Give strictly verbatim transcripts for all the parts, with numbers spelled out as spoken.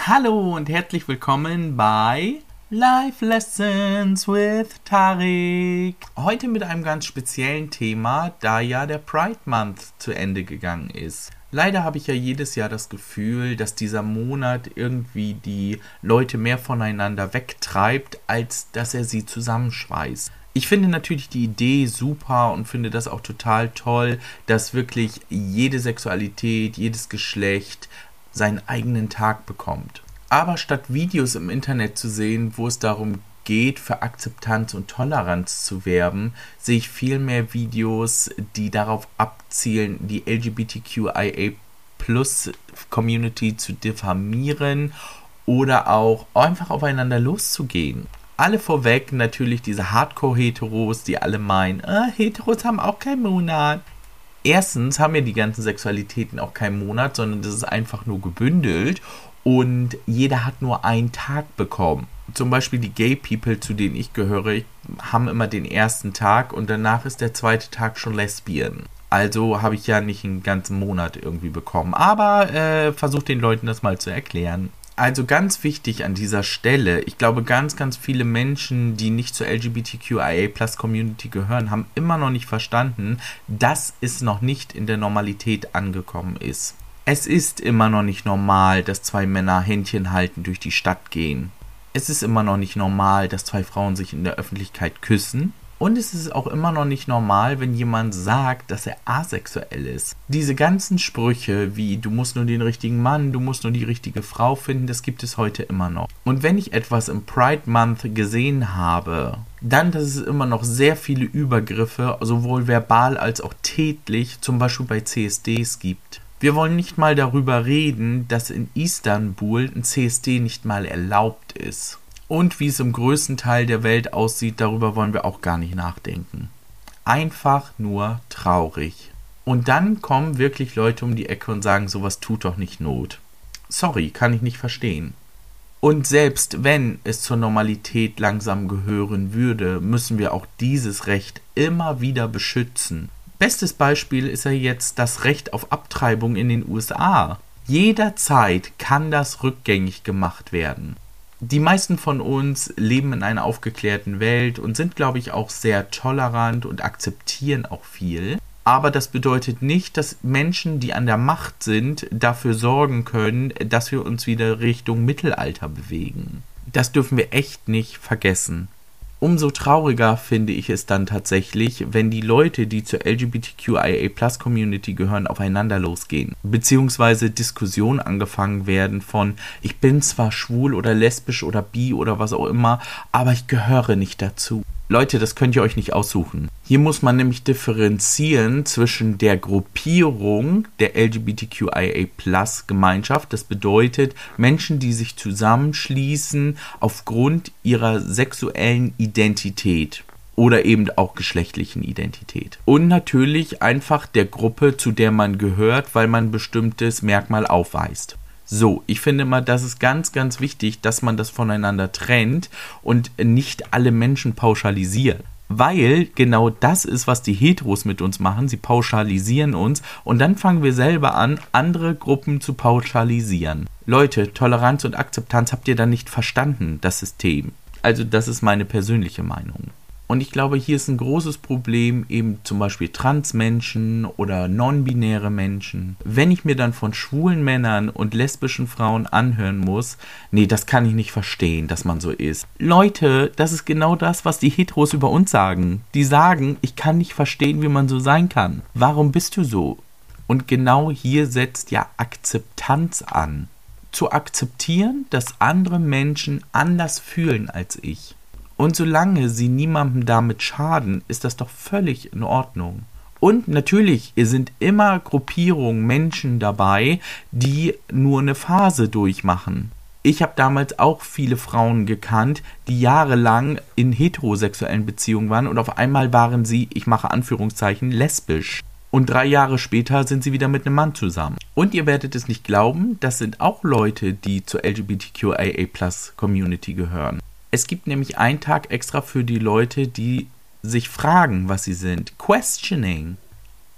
Hallo und herzlich willkommen bei Life Lessons with Tarek. Heute mit einem ganz speziellen Thema, da ja der Pride Month zu Ende gegangen ist. Leider habe ich ja jedes Jahr das Gefühl, dass dieser Monat irgendwie die Leute mehr voneinander wegtreibt, als dass er sie zusammenschweißt. Ich finde natürlich die Idee super und finde das auch total toll, dass wirklich jede Sexualität, jedes Geschlecht seinen eigenen Tag bekommt. Aber statt Videos im Internet zu sehen, wo es darum geht, für Akzeptanz und Toleranz zu werben, sehe ich viel mehr Videos, die darauf abzielen, die L G B T Q I A Plus Community zu diffamieren oder auch einfach aufeinander loszugehen. Alle vorweg natürlich diese Hardcore-Heteros, die alle meinen, ah, Heteros haben auch keinen Monat. Erstens haben ja die ganzen Sexualitäten auch keinen Monat, sondern das ist einfach nur gebündelt und jeder hat nur einen Tag bekommen. Zum Beispiel die Gay People, zu denen ich gehöre, haben immer den ersten Tag und danach ist der zweite Tag schon Lesbien. Also habe ich ja nicht einen ganzen Monat irgendwie bekommen, aber äh, versucht den Leuten das mal zu erklären. Also ganz wichtig an dieser Stelle, ich glaube ganz, ganz viele Menschen, die nicht zur L G B T Q I A Plus Community gehören, haben immer noch nicht verstanden, dass es noch nicht in der Normalität angekommen ist. Es ist immer noch nicht normal, dass zwei Männer Händchen halten durch die Stadt gehen. Es ist immer noch nicht normal, dass zwei Frauen sich in der Öffentlichkeit küssen. Und es ist auch immer noch nicht normal, wenn jemand sagt, dass er asexuell ist. Diese ganzen Sprüche wie du musst nur den richtigen Mann, du musst nur die richtige Frau finden, das gibt es heute immer noch. Und wenn ich etwas im Pride Month gesehen habe, dann, dass es immer noch sehr viele Übergriffe, sowohl verbal als auch tätlich, zum Beispiel bei C S Ds gibt. Wir wollen nicht mal darüber reden, dass in Istanbul ein C S D nicht mal erlaubt ist. Und wie es im größten Teil der Welt aussieht, darüber wollen wir auch gar nicht nachdenken. Einfach nur traurig. Und dann kommen wirklich Leute um die Ecke und sagen, sowas tut doch nicht Not. Sorry, kann ich nicht verstehen. Und selbst wenn es zur Normalität langsam gehören würde, müssen wir auch dieses Recht immer wieder beschützen. Bestes Beispiel ist ja jetzt das Recht auf Abtreibung in den U S A. Jederzeit kann das rückgängig gemacht werden. Die meisten von uns leben in einer aufgeklärten Welt und sind, glaube ich, auch sehr tolerant und akzeptieren auch viel. Aber das bedeutet nicht, dass Menschen, die an der Macht sind, dafür sorgen können, dass wir uns wieder Richtung Mittelalter bewegen. Das dürfen wir echt nicht vergessen. Umso trauriger finde ich es dann tatsächlich, wenn die Leute, die zur L G B T Q I A Plus Community gehören, aufeinander losgehen. Beziehungsweise Diskussionen angefangen werden von, ich bin zwar schwul oder lesbisch oder bi oder was auch immer, aber ich gehöre nicht dazu. Leute, das könnt ihr euch nicht aussuchen. Hier muss man nämlich differenzieren zwischen der Gruppierung der L G B T Q I A Plus Gemeinschaft. Das bedeutet Menschen, die sich zusammenschließen aufgrund ihrer sexuellen Identität oder eben auch geschlechtlichen Identität. Und natürlich einfach der Gruppe, zu der man gehört, weil man ein bestimmtes Merkmal aufweist. So, ich finde mal, das ist ganz, ganz wichtig, dass man das voneinander trennt und nicht alle Menschen pauschalisiert. Weil genau das ist, was die Heteros mit uns machen. Sie pauschalisieren uns und dann fangen wir selber an, andere Gruppen zu pauschalisieren. Leute, Toleranz und Akzeptanz habt ihr dann nicht verstanden, das System. Also das ist meine persönliche Meinung. Und ich glaube, hier ist ein großes Problem eben zum Beispiel Transmenschen oder non-binäre Menschen. Wenn ich mir dann von schwulen Männern und lesbischen Frauen anhören muss, nee, das kann ich nicht verstehen, dass man so ist. Leute, das ist genau das, was die Heteros über uns sagen. Die sagen, ich kann nicht verstehen, wie man so sein kann. Warum bist du so? Und genau hier setzt ja Akzeptanz an. Zu akzeptieren, dass andere Menschen anders fühlen als ich. Und solange sie niemandem damit schaden, ist das doch völlig in Ordnung. Und natürlich sind immer Gruppierungen Menschen dabei, die nur eine Phase durchmachen. Ich habe damals auch viele Frauen gekannt, die jahrelang in heterosexuellen Beziehungen waren und auf einmal waren sie, ich mache Anführungszeichen, lesbisch. Und drei Jahre später sind sie wieder mit einem Mann zusammen. Und ihr werdet es nicht glauben, das sind auch Leute, die zur L G B T Q I A Plus Community gehören. Es gibt nämlich einen Tag extra für die Leute, die sich fragen, was sie sind. Questioning.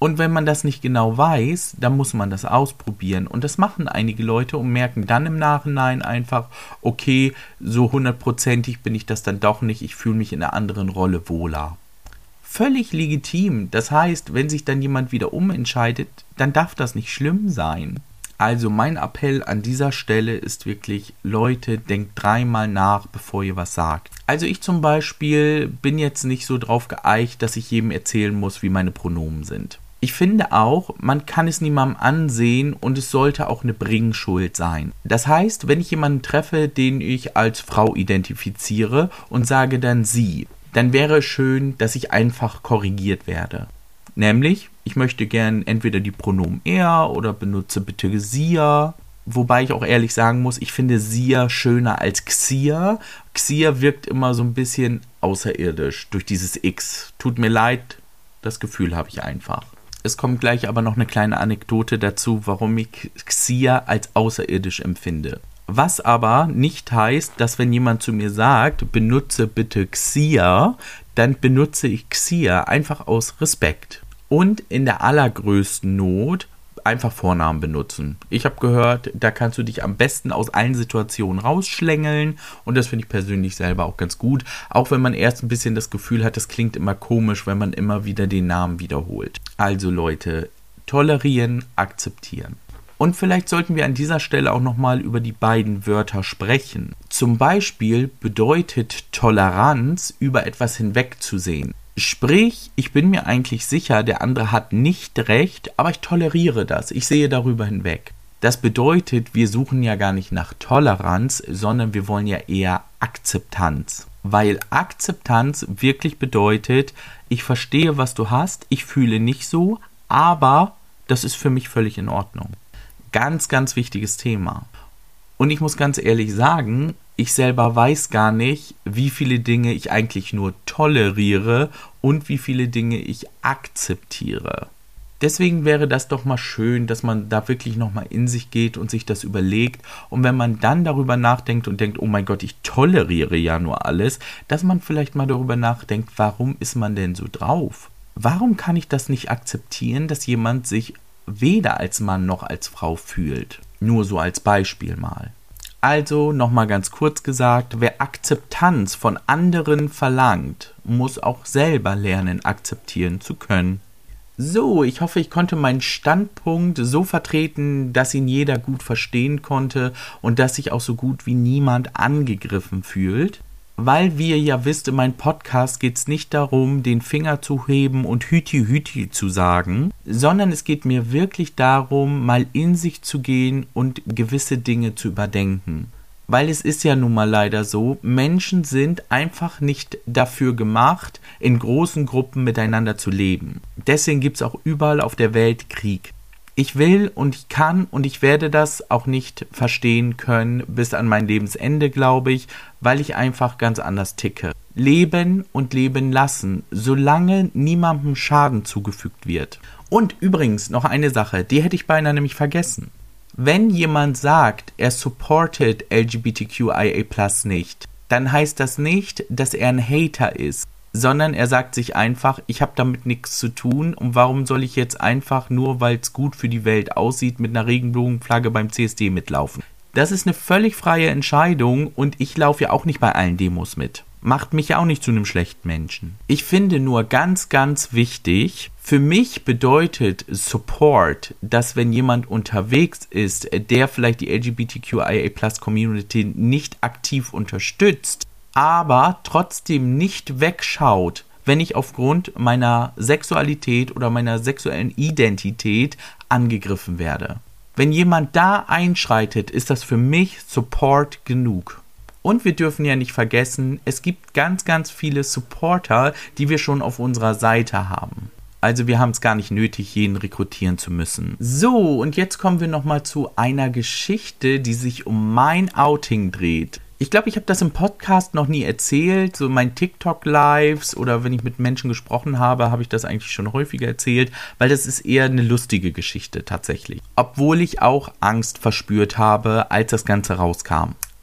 Und wenn man das nicht genau weiß, dann muss man das ausprobieren. Und das machen einige Leute und merken dann im Nachhinein einfach, okay, so hundertprozentig bin ich das dann doch nicht, ich fühle mich in einer anderen Rolle wohler. Völlig legitim. Das heißt, wenn sich dann jemand wieder umentscheidet, dann darf das nicht schlimm sein. Also mein Appell an dieser Stelle ist wirklich, Leute, denkt dreimal nach, bevor ihr was sagt. Also ich zum Beispiel bin jetzt nicht so drauf geeicht, dass ich jedem erzählen muss, wie meine Pronomen sind. Ich finde auch, man kann es niemandem ansehen und es sollte auch eine Bringschuld sein. Das heißt, wenn ich jemanden treffe, den ich als Frau identifiziere und sage dann sie, dann wäre es schön, dass ich einfach korrigiert werde. Nämlich, ich möchte gern entweder die Pronomen er oder benutze bitte sia. Wobei ich auch ehrlich sagen muss, ich finde sia schöner als xia. Xia wirkt immer so ein bisschen außerirdisch durch dieses X. Tut mir leid, das Gefühl habe ich einfach. Es kommt gleich aber noch eine kleine Anekdote dazu, warum ich xia als außerirdisch empfinde. Was aber nicht heißt, dass wenn jemand zu mir sagt, benutze bitte xia, dann benutze ich xia einfach aus Respekt. Und in der allergrößten Not einfach Vornamen benutzen. Ich habe gehört, da kannst du dich am besten aus allen Situationen rausschlängeln und das finde ich persönlich selber auch ganz gut, auch wenn man erst ein bisschen das Gefühl hat, das klingt immer komisch, wenn man immer wieder den Namen wiederholt. Also Leute, tolerieren, akzeptieren. Und vielleicht sollten wir an dieser Stelle auch nochmal über die beiden Wörter sprechen. Zum Beispiel bedeutet Toleranz, über etwas hinwegzusehen. Sprich, ich bin mir eigentlich sicher, der andere hat nicht recht, aber ich toleriere das. Ich sehe darüber hinweg. Das bedeutet, wir suchen ja gar nicht nach Toleranz, sondern wir wollen ja eher Akzeptanz. Weil Akzeptanz wirklich bedeutet, ich verstehe, was du hast, ich fühle nicht so, aber das ist für mich völlig in Ordnung. Ganz, ganz wichtiges Thema. Und ich muss ganz ehrlich sagen, ich selber weiß gar nicht, wie viele Dinge ich eigentlich nur toleriere und wie viele Dinge ich akzeptiere. Deswegen wäre das doch mal schön, dass man da wirklich nochmal in sich geht und sich das überlegt. Und wenn man dann darüber nachdenkt und denkt, oh mein Gott, ich toleriere ja nur alles, dass man vielleicht mal darüber nachdenkt, warum ist man denn so drauf? Warum kann ich das nicht akzeptieren, dass jemand sich weder als Mann noch als Frau fühlt? Nur so als Beispiel mal. Also, nochmal ganz kurz gesagt, wer Akzeptanz von anderen verlangt, muss auch selber lernen, akzeptieren zu können. So, ich hoffe, ich konnte meinen Standpunkt so vertreten, dass ihn jeder gut verstehen konnte und dass sich auch so gut wie niemand angegriffen fühlt. Weil, wie ihr ja wisst, in meinem Podcast geht es nicht darum, den Finger zu heben und Hüti Hüti zu sagen, sondern es geht mir wirklich darum, mal in sich zu gehen und gewisse Dinge zu überdenken. Weil es ist ja nun mal leider so, Menschen sind einfach nicht dafür gemacht, in großen Gruppen miteinander zu leben. Deswegen gibt es auch überall auf der Welt Krieg. Ich will und ich kann und ich werde das auch nicht verstehen können bis an mein Lebensende, glaube ich, weil ich einfach ganz anders ticke. Leben und leben lassen, solange niemandem Schaden zugefügt wird. Und übrigens noch eine Sache, die hätte ich beinahe nämlich vergessen. Wenn jemand sagt, er supportet L G B T Q I A plus nicht, dann heißt das nicht, dass er ein Hater ist, sondern er sagt sich einfach, ich habe damit nichts zu tun und warum soll ich jetzt einfach nur, weil es gut für die Welt aussieht, mit einer Regenbogenflagge beim C S D mitlaufen. Das ist eine völlig freie Entscheidung und ich laufe ja auch nicht bei allen Demos mit. Macht mich ja auch nicht zu einem schlechten Menschen. Ich finde nur ganz, ganz wichtig, für mich bedeutet Support, dass wenn jemand unterwegs ist, der vielleicht die L G B T Q I A plus Community nicht aktiv unterstützt, aber trotzdem nicht wegschaut, wenn ich aufgrund meiner Sexualität oder meiner sexuellen Identität angegriffen werde. Wenn jemand da einschreitet, ist das für mich Support genug. Und wir dürfen ja nicht vergessen, es gibt ganz, ganz viele Supporter, die wir schon auf unserer Seite haben. Also wir haben es gar nicht nötig, jeden rekrutieren zu müssen. So, und jetzt kommen wir nochmal zu einer Geschichte, die sich um mein Outing dreht. Ich glaube, ich habe das im Podcast noch nie erzählt, so mein TikTok-Lives oder wenn ich mit Menschen gesprochen habe, habe ich das eigentlich schon häufiger erzählt, weil das ist eher eine lustige Geschichte tatsächlich. Obwohl ich auch Angst verspürt habe, als das Ganze rauskam.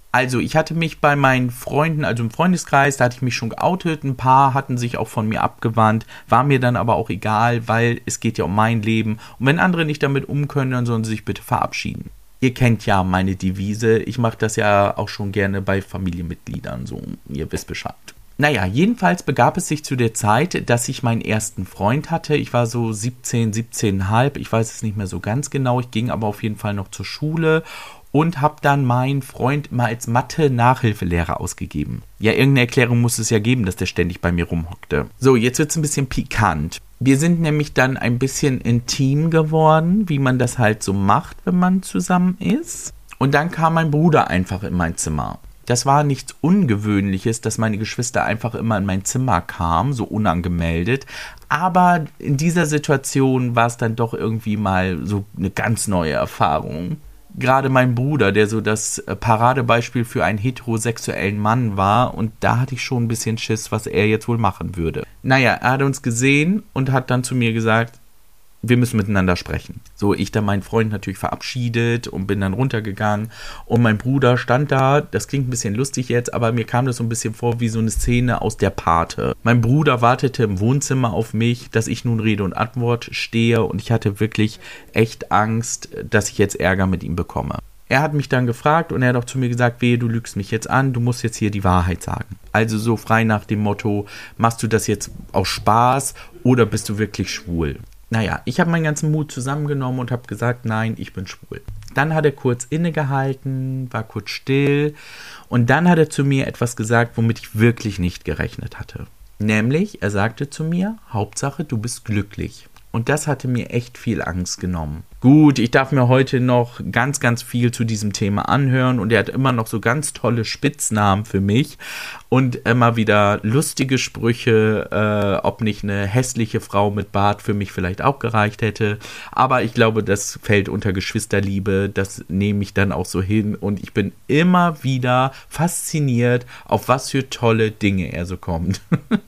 Also, ich hatte mich bei meinen Freunden, also im Freundeskreis, da hatte ich mich schon geoutet. Ein paar hatten sich auch von mir abgewandt, war mir dann aber auch egal, weil es geht ja um mein Leben. Und wenn andere nicht damit um können, dann sollen sie sich bitte verabschieden. Ihr kennt ja meine Devise. Ich mache das ja auch schon gerne bei Familienmitgliedern, so, ihr wisst Bescheid. Naja, jedenfalls begab es sich zu der Zeit, dass ich meinen ersten Freund hatte. Ich war so siebzehn, siebzehn Komma fünf, ich weiß es nicht mehr so ganz genau. Ich ging aber auf jeden Fall noch zur Schule und habe dann meinen Freund mal als Mathe-Nachhilfelehrer ausgegeben. Ja, irgendeine Erklärung muss es ja geben, dass der ständig bei mir rumhockte. So, jetzt wird es ein bisschen pikant. Wir sind nämlich dann ein bisschen intim geworden, wie man das halt so macht, wenn man zusammen ist. Und dann kam mein Bruder einfach in mein Zimmer. Das war nichts Ungewöhnliches, dass meine Geschwister einfach immer in mein Zimmer kamen, so unangemeldet. Aber in dieser Situation war es dann doch irgendwie mal so eine ganz neue Erfahrung. Gerade mein Bruder, der so das Paradebeispiel für einen heterosexuellen Mann war, und da hatte ich schon ein bisschen Schiss, was er jetzt wohl machen würde. Naja, er hat uns gesehen und hat dann zu mir gesagt, wir müssen miteinander sprechen. So, ich dann meinen Freund natürlich verabschiedet und bin dann runtergegangen und mein Bruder stand da, das klingt ein bisschen lustig jetzt, aber mir kam das so ein bisschen vor wie so eine Szene aus der Pate. Mein Bruder wartete im Wohnzimmer auf mich, dass ich nun Rede und Antwort stehe und ich hatte wirklich echt Angst, dass ich jetzt Ärger mit ihm bekomme. Er hat mich dann gefragt und er hat auch zu mir gesagt, wehe, du lügst mich jetzt an, du musst jetzt hier die Wahrheit sagen. Also so frei nach dem Motto, machst du das jetzt aus Spaß oder bist du wirklich schwul? Naja, ich habe meinen ganzen Mut zusammengenommen und habe gesagt, nein, ich bin schwul. Dann hat er kurz innegehalten, war kurz still und dann hat er zu mir etwas gesagt, womit ich wirklich nicht gerechnet hatte. Nämlich, er sagte zu mir, Hauptsache, du bist glücklich. Und das hatte mir echt viel Angst genommen. Gut, ich darf mir heute noch ganz, ganz viel zu diesem Thema anhören und er hat immer noch so ganz tolle Spitznamen für mich und immer wieder lustige Sprüche, äh, ob nicht eine hässliche Frau mit Bart für mich vielleicht auch gereicht hätte. Aber ich glaube, das fällt unter Geschwisterliebe, das nehme ich dann auch so hin und ich bin immer wieder fasziniert, auf was für tolle Dinge er so kommt.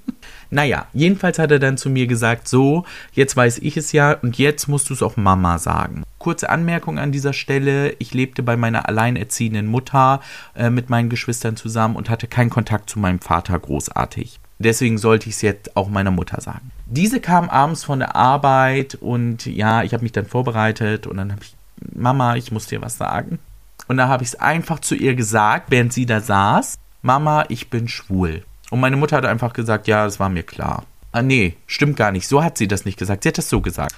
Naja, jedenfalls hat er dann zu mir gesagt, so, jetzt weiß ich es ja und jetzt musst du es auch Mama sagen. Kurze Anmerkung an dieser Stelle, ich lebte bei meiner alleinerziehenden Mutter äh, mit meinen Geschwistern zusammen und hatte keinen Kontakt zu meinem Vater großartig. Deswegen sollte ich es jetzt auch meiner Mutter sagen. Diese kam abends von der Arbeit und ja, ich habe mich dann vorbereitet und dann habe ich, Mama, ich muss dir was sagen. Und da habe ich es einfach zu ihr gesagt, während sie da saß, Mama, ich bin schwul. Und meine Mutter hat einfach gesagt, ja, das war mir klar. Ah, nee, stimmt gar nicht. So hat sie das nicht gesagt. Sie hat das so gesagt.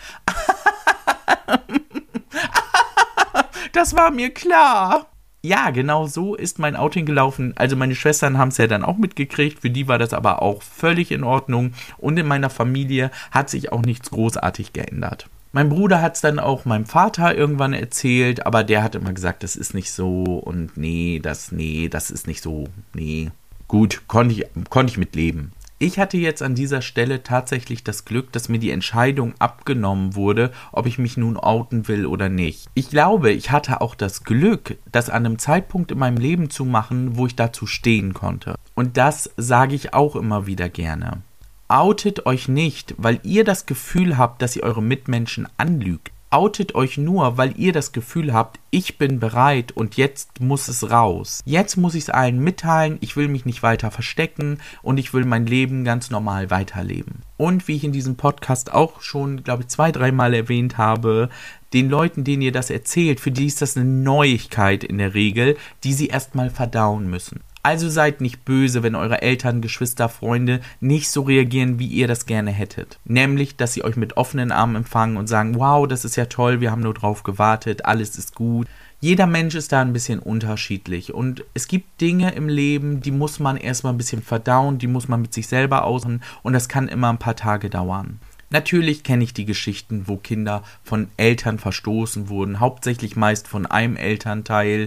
Das war mir klar. Ja, genau so ist mein Outing gelaufen. Also meine Schwestern haben es ja dann auch mitgekriegt. Für die war das aber auch völlig in Ordnung. Und in meiner Familie hat sich auch nichts großartig geändert. Mein Bruder hat es dann auch meinem Vater irgendwann erzählt. Aber der hat immer gesagt, das ist nicht so. Und nee, das, nee, das ist nicht so. Nee. Gut, konnte ich, konnte ich mit leben. Ich hatte jetzt an dieser Stelle tatsächlich das Glück, dass mir die Entscheidung abgenommen wurde, ob ich mich nun outen will oder nicht. Ich glaube, ich hatte auch das Glück, das an einem Zeitpunkt in meinem Leben zu machen, wo ich dazu stehen konnte. Und das sage ich auch immer wieder gerne. Outet euch nicht, weil ihr das Gefühl habt, dass ihr eure Mitmenschen anlügt. Outet euch nur, weil ihr das Gefühl habt, ich bin bereit und jetzt muss es raus. Jetzt muss ich es allen mitteilen, ich will mich nicht weiter verstecken und ich will mein Leben ganz normal weiterleben. Und wie ich in diesem Podcast auch schon, glaube ich, zwei, dreimal erwähnt habe, den Leuten, denen ihr das erzählt, für die ist das eine Neuigkeit in der Regel, die sie erstmal verdauen müssen. Also seid nicht böse, wenn eure Eltern, Geschwister, Freunde nicht so reagieren, wie ihr das gerne hättet. Nämlich, dass sie euch mit offenen Armen empfangen und sagen, wow, das ist ja toll, wir haben nur drauf gewartet, alles ist gut. Jeder Mensch ist da ein bisschen unterschiedlich und es gibt Dinge im Leben, die muss man erstmal ein bisschen verdauen, die muss man mit sich selber ausmachen und das kann immer ein paar Tage dauern. Natürlich kenne ich die Geschichten, wo Kinder von Eltern verstoßen wurden, hauptsächlich meist von einem Elternteil.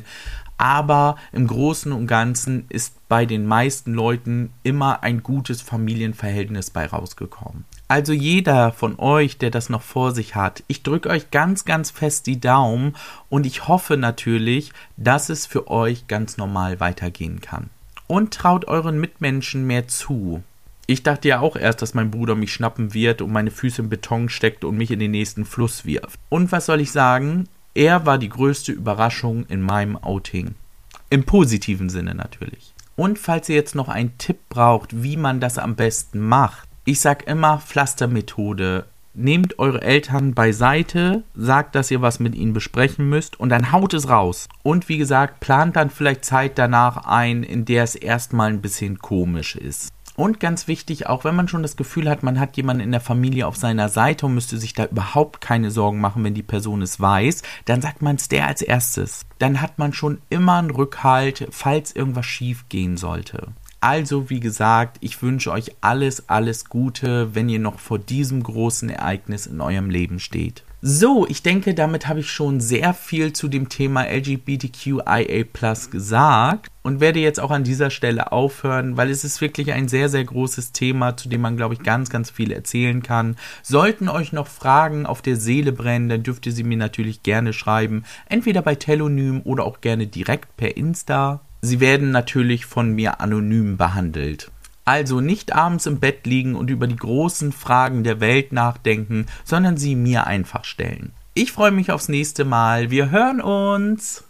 Aber im Großen und Ganzen ist bei den meisten Leuten immer ein gutes Familienverhältnis bei rausgekommen. Also jeder von euch, der das noch vor sich hat, ich drücke euch ganz, ganz fest die Daumen und ich hoffe natürlich, dass es für euch ganz normal weitergehen kann. Und traut euren Mitmenschen mehr zu. Ich dachte ja auch erst, dass mein Bruder mich schnappen wird und meine Füße im Beton steckt und mich in den nächsten Fluss wirft. Und was soll ich sagen? Er war die größte Überraschung in meinem Outing. Im positiven Sinne natürlich. Und falls ihr jetzt noch einen Tipp braucht, wie man das am besten macht, ich sag immer Pflastermethode. Nehmt eure Eltern beiseite, sagt, dass ihr was mit ihnen besprechen müsst und dann haut es raus. Und wie gesagt, plant dann vielleicht Zeit danach ein, in der es erstmal ein bisschen komisch ist. Und ganz wichtig, auch wenn man schon das Gefühl hat, man hat jemanden in der Familie auf seiner Seite und müsste sich da überhaupt keine Sorgen machen, wenn die Person es weiß, dann sagt man es der als erstes. Dann hat man schon immer einen Rückhalt, falls irgendwas schief gehen sollte. Also, wie gesagt, ich wünsche euch alles, alles Gute, wenn ihr noch vor diesem großen Ereignis in eurem Leben steht. So, ich denke, damit habe ich schon sehr viel zu dem Thema L G B T Q I A plus gesagt und werde jetzt auch an dieser Stelle aufhören, weil es ist wirklich ein sehr, sehr großes Thema, zu dem man, glaube ich, ganz, ganz viel erzählen kann. Sollten euch noch Fragen auf der Seele brennen, dann dürft ihr sie mir natürlich gerne schreiben, entweder bei Telonym oder auch gerne direkt per Insta. Sie werden natürlich von mir anonym behandelt. Also nicht abends im Bett liegen und über die großen Fragen der Welt nachdenken, sondern sie mir einfach stellen. Ich freue mich aufs nächste Mal. Wir hören uns!